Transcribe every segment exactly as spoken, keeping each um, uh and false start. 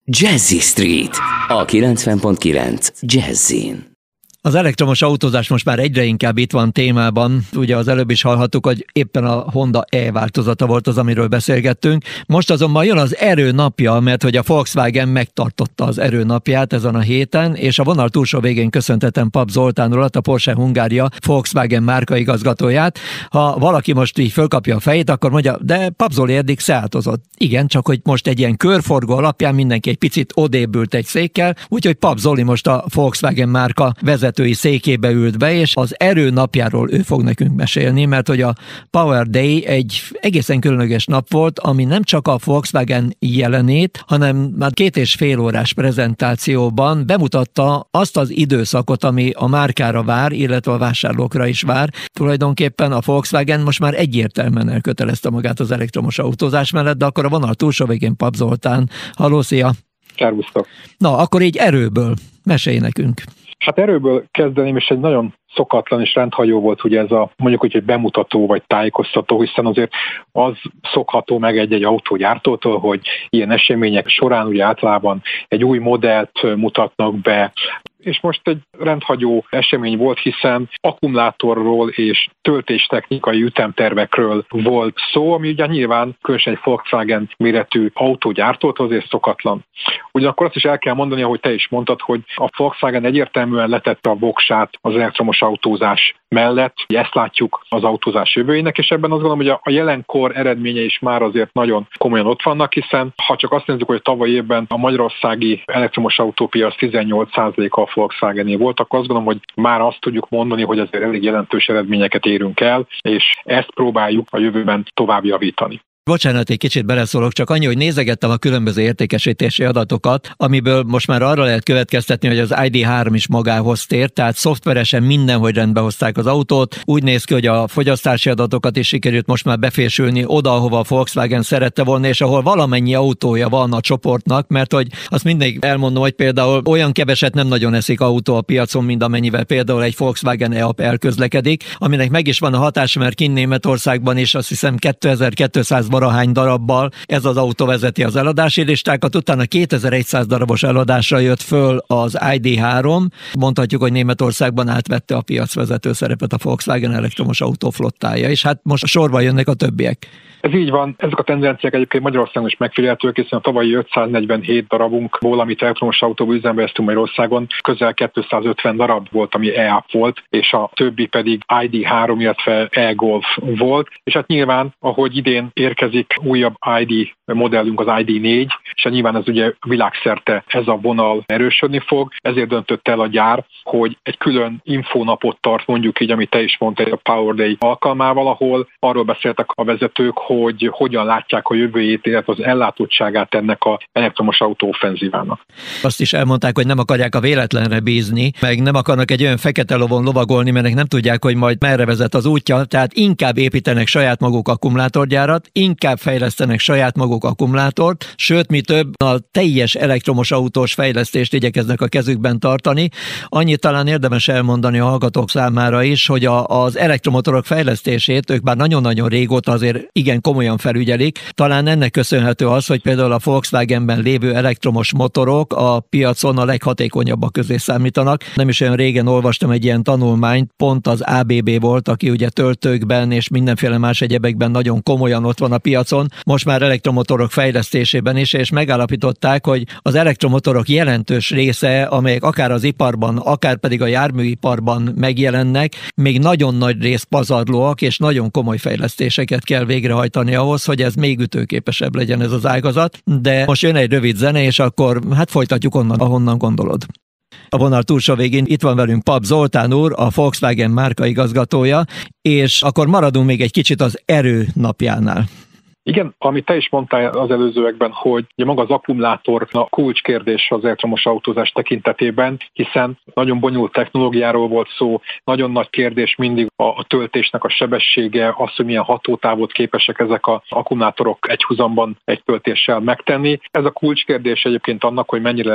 Jazzy Street, a kilencven pont kilenc Jazzin. Az elektromos autózás most már egyre inkább itt van témában. Ugye az előbb is hallhattuk, hogy éppen a Honda E változata volt az, amiről beszélgettünk. Most azonban jön az Erő napja, mert hogy a Volkswagen megtartotta az Erő napját ezen a héten, és a vonal túlsó végén köszöntetem Papp Zoltán urat, a Porsche Hungária Volkswagen márkaigazgatóját. Ha valaki most így fölkapja a fejét, akkor mondja, de Papp Zoli eddig szeátozott. Igen, csak hogy most egy ilyen körforgó alapján mindenki egy picit odébült egy székkel, úgyhogy Papp Zoli most a Volkswagen márka vezetői székébe ült be, és az Erő napjáról ő fog nekünk mesélni, mert hogy a Power Day egy egészen különleges nap volt, ami nem csak a Volkswagen jelenét, hanem már két és fél órás prezentációban bemutatta azt az időszakot, ami a márkára vár, illetve a vásárlókra is vár. Tulajdonképpen a Volkswagen most már egyértelműen elkötelezte magát az elektromos autózás mellett, de akkor a vonal túlsó végén Papp Zoltán. Halló, szia! Szervusztok! Na, akkor így Erőből mesélj nekünk. Hát Erőből kezdeném, és egy nagyon szokatlan és rendhagyó volt ugye ez a mondjuk úgy, hogy bemutató vagy tájékoztató, hiszen azért az szokható meg egy-egy autógyártótól, hogy ilyen események során ugye általában egy új modellt mutatnak be, és most egy rendhagyó esemény volt, hiszen akkumulátorról és töltéstechnikai ütemtervekről volt szó, ami ugye nyilván különösen egy Volkswagen méretű autógyártótól azért szokatlan. Ugyanakkor azt is el kell mondani, ahogy te is mondtad, hogy a Volkswagen egyértelműen letette a voksát az elektromos autózás mellett. Ezt látjuk az autózás jövőjének, és ebben azt gondolom, hogy a jelenkor eredménye is már azért nagyon komolyan ott vannak, hiszen ha csak azt nézzük, hogy tavaly évben a magyarországi elektromos autópiac tizennyolc százaléka a Volkswagené volt, akkor azt gondolom, hogy már azt tudjuk mondani, hogy azért elég jelentős eredményeket érünk el, és ezt próbáljuk a jövőben tovább javítani. Bocsánat, egy kicsit beleszólok, csak annyi, hogy nézegettem a különböző értékesítési adatokat, amiből most már arra lehet következtetni, hogy az I D három is magához tér, tehát szoftveresen mindenhogy rendbe hozták az autót. Úgy néz ki, hogy a fogyasztási adatokat is sikerült most már befésülni oda, ahova a Volkswagen szerette volna, és ahol valamennyi autója van a csoportnak, mert hogy azt mindig elmondom, hogy például olyan keveset nem nagyon eszik autó a piacon, mint amennyivel például egy Volkswagen E A P elközlekedik, aminek meg is van a hatása, mert kint Németországban is azt hiszem kétezer-kétszáz valahány darabbal ez az autó vezeti az eladási listákat, utána kétezer-száz darabos eladásra jött föl az I D három, mondhatjuk, hogy Németországban átvette a piacvezető szerepet a Volkswagen elektromos autóflottája, és hát most sorba jönnek a többiek. Ez így van, ezek a tendenciák egyébként Magyarországon is megfigyelhetők, hiszen a tavalyi ötszáznegyvenhét darabunkból, amit elektromos autóból üzembe vesztünk Magyarországon, közel kétszázötven darab volt, ami E A P volt, és a többi pedig I D három, illetve e-Golf volt, és hát nyilván, ahogy idén érkezik újabb I D modellünk, az I D négy, és hát nyilván ez ugye világszerte ez a vonal erősödni fog, ezért döntött el a gyár, hogy egy külön infónapot tart, mondjuk így, amit te is mondtál, a Power Day alkalmával, ahol arról beszéltek a vezetők, hogy hogyan látják a jövőjét, illetve az ellátottságát ennek az elektromos autó offenzívának. Azt is elmondták, hogy nem akarják a véletlenre bízni, meg nem akarnak egy olyan fekete lovon lovagolni, mert nem tudják, hogy majd merre vezet az útja, tehát inkább építenek saját maguk akkumulátorgyárat, inkább fejlesztenek saját maguk akkumulátort, sőt, mi több, a teljes elektromos autós fejlesztést igyekeznek a kezükben tartani. Annyit talán érdemes elmondani a hallgatók számára is, hogy a, az elektromotorok fejlesztését ők már nagyon-nagyon régóta azért igen komolyan felügyelik. Talán ennek köszönhető az, hogy például a Volkswagenben lévő elektromos motorok a piacon a leghatékonyabbak közé számítanak. Nem is olyan régen olvastam egy ilyen tanulmányt, pont az á bé bé volt, aki ugye töltőkben és mindenféle más egyebekben nagyon komolyan ott van a piacon, most már elektromotorok fejlesztésében is, és megállapították, hogy az elektromotorok jelentős része, amelyek akár az iparban, akár pedig a járműiparban megjelennek, még nagyon nagy rész pazarlóak, és nagyon komoly fejlesztéseket kell végrehajtani ahhoz, hogy ez még ütőképesebb legyen ez az ágazat, de most jön egy rövid zene, és akkor hát folytatjuk onnan, ahonnan gondolod. A vonal túlsó végén itt van velünk Papp Zoltán úr, a Volkswagen márkaigazgatója, és akkor maradunk még egy kicsit az Erő napjánál. Igen, amit te is mondtál az előzőekben, hogy ugye maga az akkumulátor a kulcskérdés az elektromos autózás tekintetében, hiszen nagyon bonyolult technológiáról volt szó, nagyon nagy kérdés mindig a, a töltésnek a sebessége, az, hogy milyen hatótávot képesek ezek az akkumulátorok egyhuzamban egy töltéssel megtenni. Ez a kulcskérdés egyébként annak, hogy mennyire lesz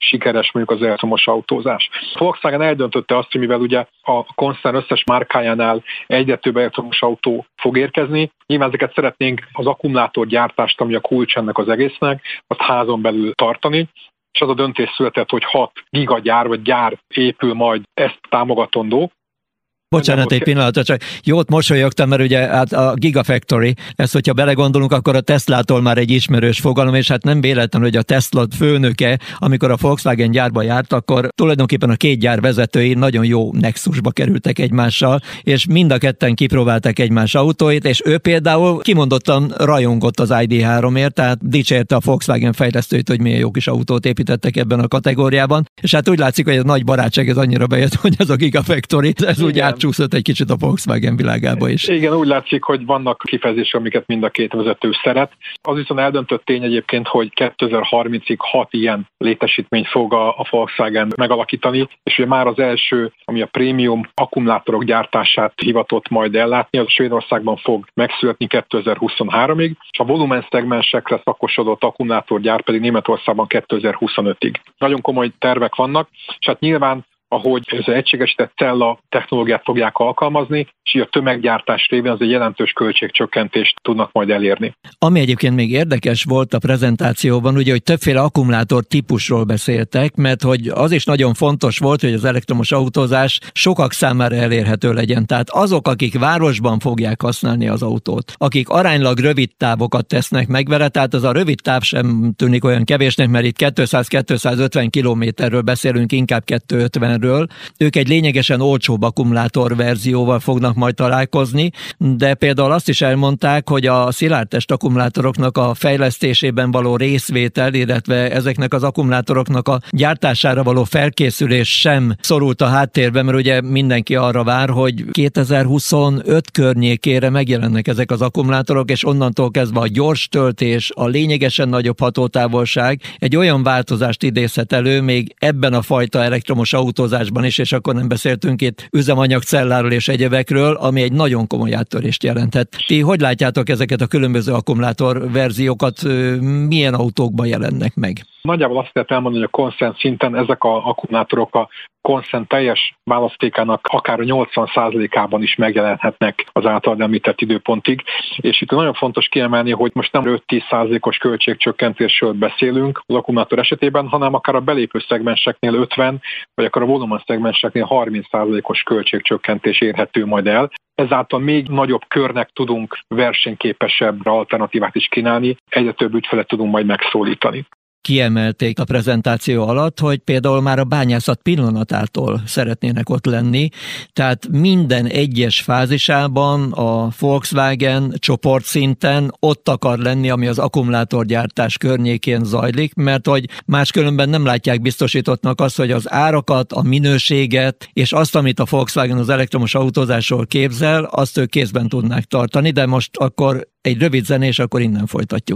sikeres mondjuk az elektromos autózás. A Volkswagen eldöntötte azt, hogy mivel ugye a koncern összes márkájánál egyre több elektromos autó fog érkezni, nyilván ezeket szeretnénk az akkumulátorgyártást, ami a kulcs ennek az egésznek, azt házon belül tartani, és az a döntés született, hogy hat gigagyár vagy gyár épül majd ezt támogatandó. Bocsánat, egy pillanatra, csak jót mosolyogtam, mert ugye hát a Gigafactory, ezt hogyha belegondolunk, akkor a Teslától már egy ismerős fogalom, és hát nem véletlen, hogy a Tesla főnöke, amikor a Volkswagen gyárba járt, akkor tulajdonképpen a két gyár vezetői nagyon jó nexusba kerültek egymással, és mind a ketten kipróbálták egymás autóit, és ő például kimondottan rajongott az i dé háromért, tehát dicsérte a Volkswagen fejlesztőit, hogy milyen jó kis autót építettek ebben a kategóriában, és hát úgy látszik, hogy ez nagy barátság, ez annyira bejött, hogy ez a Gigafactory, ez igen. Úgy átcsúszott egy kicsit a Volkswagen világába is. Igen, úgy látszik, hogy vannak kifejezések, amiket mind a két vezető szeret. Az viszont eldöntött tény egyébként, hogy kétezer-harmincig hat ilyen létesítményt fog a, a Volkswagen megalakítani, és ugye már az első, ami a prémium akkumulátorok gyártását hivatott majd ellátni, az Svédországban fog megszületni kétezer-huszonháromig, és a volumen szegmensekre szakosodott akkumulátorgyár pedig Németországban kétezer-huszonötig. Nagyon komoly tervek vannak, és hát nyilván ahogy az egységesített cella technológiát fogják alkalmazni, és így a tömeggyártás révén az egy jelentős költségcsökkentést tudnak majd elérni. Ami egyébként még érdekes volt a prezentációban, ugye, hogy többféle akkumulátor típusról beszéltek, mert hogy az is nagyon fontos volt, hogy az elektromos autózás sokak számára elérhető legyen. Tehát azok, akik városban fogják használni az autót, akik aránylag rövid távokat tesznek meg vele, tehát az a rövid táv sem tűnik olyan kevésnek, mert itt kétszáz-kétszázötven kilométerről beszélünk, inkább kétszázötvenről. Ők egy lényegesen olcsóbb akkumulátor verzióval fognak majd találkozni, de például azt is elmondták, hogy a szilárdtest akkumulátoroknak a fejlesztésében való részvétel, illetve ezeknek az akkumulátoroknak a gyártására való felkészülés sem szorult a háttérbe, mert ugye mindenki arra vár, hogy kétezer-huszonöt környékére megjelennek ezek az akkumulátorok, és onnantól kezdve a gyors töltés, a lényegesen nagyobb hatótávolság egy olyan változást idézhet elő még ebben a fajta elektromos autózásban is, és akkor nem beszéltünk itt üzemanyagcelláról és egyebekről, ami egy nagyon komoly áttörést jelenthet. Ti hogy látjátok ezeket a különböző akkumulátor verziókat, milyen autókban jelennek meg? Nagyjából azt lehet elmondani, hogy a konszent szinten ezek az akkumulátorok a konszent teljes választékának akár a nyolcvan százalékában is megjelenhetnek az általad említett időpontig. És itt nagyon fontos kiemelni, hogy most nem öt-tíz százalékos költségcsökkentésről beszélünk az akkumulátor esetében, hanem akár a belépő szegmenseknél ötven, vagy akár a volumen szegmenseknél harminc százalékos költségcsökkentés érhető majd el. Ezáltal még nagyobb körnek tudunk versenyképesebb alternatívát is kínálni, egyre több ügyfelet tudunk majd megszólítani. Kiemelték a prezentáció alatt, hogy például már a bányászat pillanatától szeretnének ott lenni, tehát minden egyes fázisában a Volkswagen csoportszinten ott akar lenni, ami az akkumulátorgyártás környékén zajlik, mert hogy máskülönben nem látják biztosítottnak azt, hogy az árakat, a minőséget és azt, amit a Volkswagen az elektromos autózásról képzel, azt ők kézben tudnák tartani, de most akkor egy rövid zene, és akkor innen folytatjuk.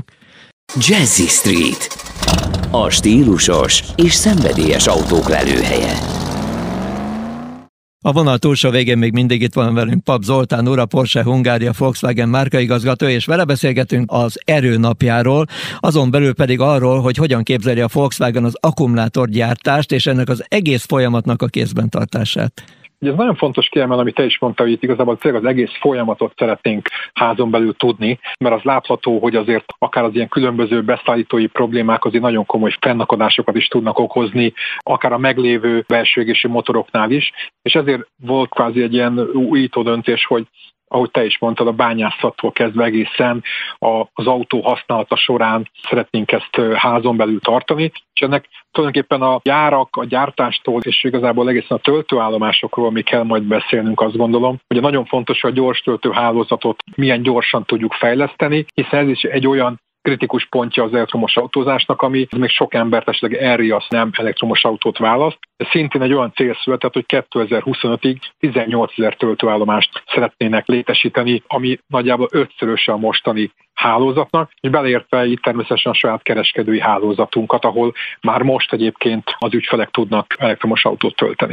Jazzy Street, a stílusos és szenvedélyes autók lelőhelye. A vonal túlsó végén még mindig itt van velünk Pap Zoltán úr, a Porsche Hungária Volkswagen márkaigazgató, és vele beszélgetünk az erőnapjáról, azon belül pedig arról, hogy hogyan képzeli a Volkswagen az akkumulátorgyártást és ennek az egész folyamatnak a kézben tartását. Ugye ez nagyon fontos kiemelni, amit te is mondtál, hogy itt igazából tényleg az egész folyamatot szeretnénk házon belül tudni, mert az látható, hogy azért akár az ilyen különböző beszállítói problémák azért nagyon komoly fennakadásokat is tudnak okozni, akár a meglévő belső égési motoroknál is, és ezért volt kvázi egy ilyen újító döntés, hogy ahogy te is mondtad, a bányászattól kezdve egészen az autó használata során szeretnénk ezt házon belül tartani, és ennek tulajdonképpen a gyárak, a gyártástól és igazából egészen a töltőállomásokról még kell majd beszélnünk, azt gondolom. Ugye nagyon fontos, hogy a gyors töltőhálózatot milyen gyorsan tudjuk fejleszteni, hiszen ez is egy olyan kritikus pontja az elektromos autózásnak, ami még sok embert esetleg elriaszt, nem elektromos autót választ. Ez szintén egy olyan cél született, hogy kétezer-huszonötig tizennyolcezer töltőállomást szeretnének létesíteni, ami nagyjából ötszöröse a mostani hálózatnak, és beleértve itt természetesen a saját kereskedői hálózatunkat, ahol már most egyébként az ügyfelek tudnak elektromos autót tölteni.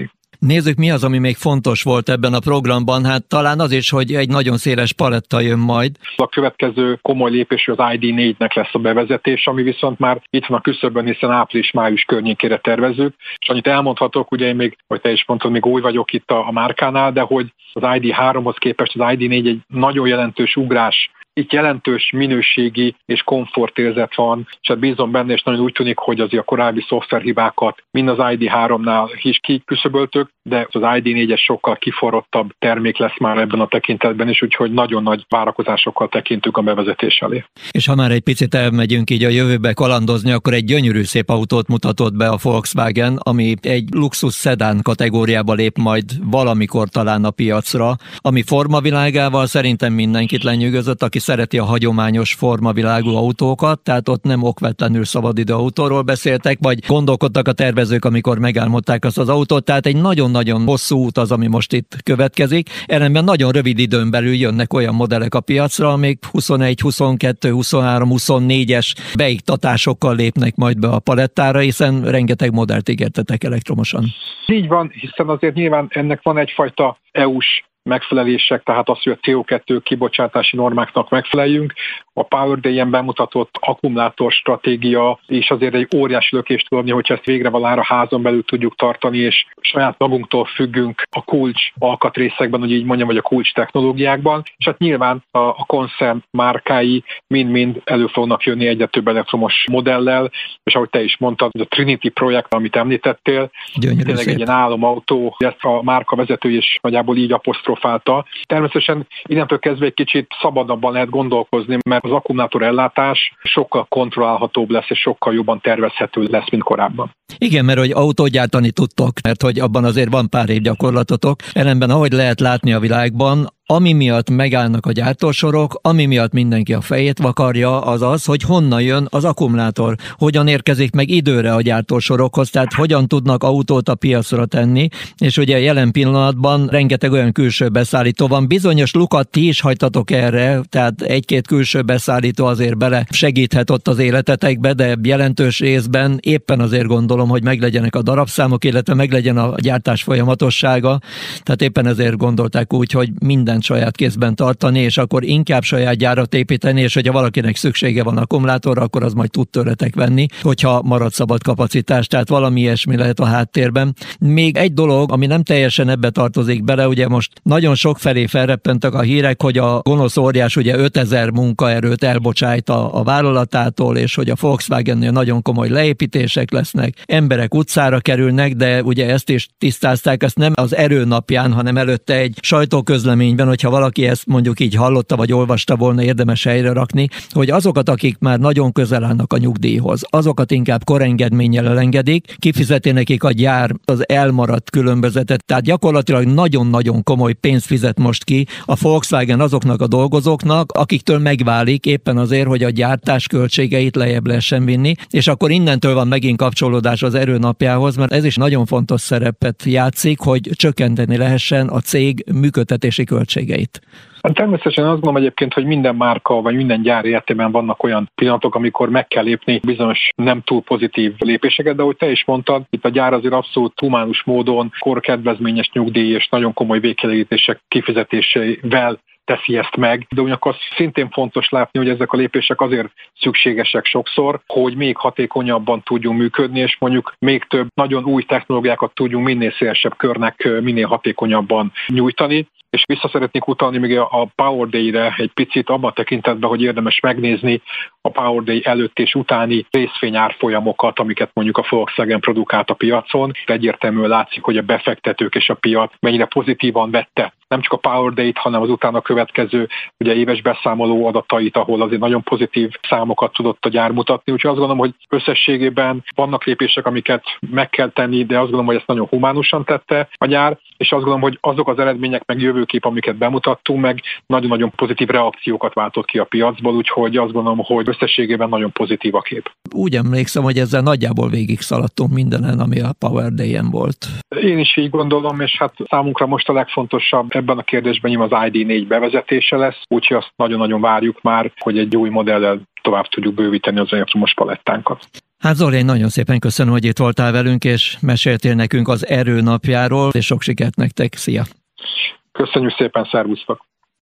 Nézzük, mi az, ami még fontos volt ebben a programban. Hát talán az is, hogy egy nagyon széles paletta jön majd. A következő komoly lépés az I D négynek lesz a bevezetés, ami viszont már itt van a küszöbön, hiszen április-május környékére tervezzük. És annyit elmondhatok, ugye én még, hogy te is mondtad, még új vagyok itt a, a márkánál, de hogy az I D háromhoz képest az I D négy egy nagyon jelentős ugrás. Itt jelentős minőségi és komfortérzet van, és hát bízom benne, és nagyon úgy tűnik, hogy azért a korábbi szoftverhibákat mind az I D háromnál is kiküszöböltük, de az I D négyes sokkal kiforrottabb termék lesz már ebben a tekintetben is, úgyhogy nagyon nagy várakozásokkal tekintünk a bevezetés elé. És ha már egy picit elmegyünk így a jövőbe kalandozni, akkor egy gyönyörű szép autót mutatott be a Volkswagen, ami egy luxus szedán kategóriába lép majd valamikor talán a piacra, ami formavilágával szerintem mindenkit lenyűgözött, aki szereti a hagyományos formavilágú autókat, tehát ott nem okvetlenül szabadidő autóról beszéltek, vagy gondolkodtak a tervezők, amikor megálmodták azt az autót, tehát egy nagyon-nagyon hosszú út az, ami most itt következik. Ellenben nagyon rövid időn belül jönnek olyan modellek a piacra, amik huszonegy, huszonkettő, huszonhárom, huszonnégyes beiktatásokkal lépnek majd be a palettára, hiszen rengeteg modellt ígértetek elektromosan. Így van, hiszen azért nyilván ennek van egyfajta é u-s megfelelések, tehát az, hogy a C O kettő kibocsátási normáknak megfeleljünk. A Power Day-en bemutatott akkumulátor stratégia és azért egy óriási lökést tudni, hogyha ezt végre valára házon belül tudjuk tartani, és saját magunktól függünk a kulcs alkatrészekben, hogy így mondjam, vagy a kulcs technológiákban, és hát nyilván a, a koncern márkái mind-mind elő fognak jönni egyre több elektromos modellel, és ahogy te is mondtad, a Trinity projekt, amit említettél, gyönyörű tényleg szép. egy ilyen álomautó, ezt a márka vezető is nagyjából így apostrofálta. Természetesen innentől kezdve egy kicsit szabadabban lehet gondolkozni, mert az akkumulátor ellátás sokkal kontrollálhatóbb lesz, és sokkal jobban tervezhető lesz, mint korábban. Igen, mert hogy autót gyártani tudtok, mert hogy abban azért van pár év gyakorlatotok. Ellenben, ahogy lehet látni a világban, ami miatt megállnak a gyártósorok, ami miatt mindenki a fejét vakarja, az az, hogy honnan jön az akkumulátor, hogyan érkezik meg időre a gyártósorokhoz, tehát hogyan tudnak autót a piacra tenni, és ugye jelen pillanatban rengeteg olyan külső beszállító van, bizonyos lukat ti is hagytatok erre, tehát egy-két külső beszállító azért bele segíthet ott az életetekbe, de jelentős részben éppen azért gondolom, hogy meglegyenek a darabszámok, illetve meglegyen a gyártás folyamatossága, tehát éppen ezért gondolták úgy, hogy minden saját kézben tartani, és akkor inkább saját gyárat építeni, és hogyha valakinek szüksége van akkumulátorra, akkor az majd tud tőletek venni, hogyha marad szabad kapacitás, tehát valami ilyesmi lehet a háttérben. Még egy dolog, ami nem teljesen ebbe tartozik bele, ugye most nagyon sok felé felreppentek a hírek, hogy a gonosz óriás ugye ötezer munkaerőt elbocsájt a, a vállalatától, és hogy a Volkswagennél nagyon komoly leépítések lesznek, emberek utcára kerülnek, de ugye ezt is tisztázták, ezt nem az erő napján, hanem előtte egy sajtóközleményben, hogyha valaki ezt mondjuk így hallotta, vagy olvasta volna, érdemes helyre rakni, hogy azokat, akik már nagyon közel állnak a nyugdíjhoz, azokat inkább korengedménnyel elengedik, kifizeti nekik a gyár az elmaradt különbözetet, tehát gyakorlatilag nagyon-nagyon komoly pénzt fizet most ki a Volkswagen azoknak a dolgozóknak, akiktől megválik éppen azért, hogy a gyártás költségeit lejjebb lehessen vinni, és akkor innentől van megint kapcsolódás az erőnapjához, mert ez is nagyon fontos szerepet játszik, hogy csökkenteni lehessen a cég működtetési költségeit. Természetesen azt gondolom egyébként, hogy minden márka vagy minden gyár életében vannak olyan pillanatok, amikor meg kell lépni bizonyos nem túl pozitív lépéseket, de ahogy te is mondtad, itt a gyár azért abszolút humánus módon korkedvezményes nyugdíj és nagyon komoly végkielégítések kifizetésével teszi ezt meg, de ugyanakkor szintén fontos látni, hogy ezek a lépések azért szükségesek sokszor, hogy még hatékonyabban tudjunk működni, és mondjuk még több nagyon új technológiákat tudjunk minél szélesebb körnek minél hatékonyabban nyújtani. És vissza szeretnék utalni még a Power Day-re egy picit abban a tekintetben, hogy érdemes megnézni a Power Day előtt és utáni részvényárfolyamokat, amiket mondjuk a Volkswagen produkált a piacon. Egyértelműen látszik, hogy a befektetők és a piac mennyire pozitívan vette nem csak a Power Day-t, hanem az utána következő ugye éves beszámoló adatait, ahol azért nagyon pozitív számokat tudott a gyár mutatni. Úgyhogy azt gondolom, hogy összességében vannak lépések, amiket meg kell tenni, de azt gondolom, hogy ezt nagyon humánusan tette a gyár, és azt gondolom, hogy azok az eredmények meg jövőkép, amiket bemutattunk, meg nagyon-nagyon pozitív reakciókat váltott ki a piacból, úgyhogy azt gondolom, hogy összességében nagyon pozitív a kép. Úgy emlékszem, hogy ezzel nagyjából végig szaladtunk mindenen, ami a Power Day-en volt. Én is így gondolom, és hát számunkra most a legfontosabb ebben a kérdésben az I D négy bevezetése lesz, úgyhogy azt nagyon-nagyon várjuk már, hogy egy új modellel tovább tudjuk bővíteni az elektromos palettánkat. Hát Zoli, én nagyon szépen köszönöm, hogy itt voltál velünk, és meséltél nekünk az Erő napjáról, és sok sikert nektek, szia! Köszönjük szépen, szervusztok!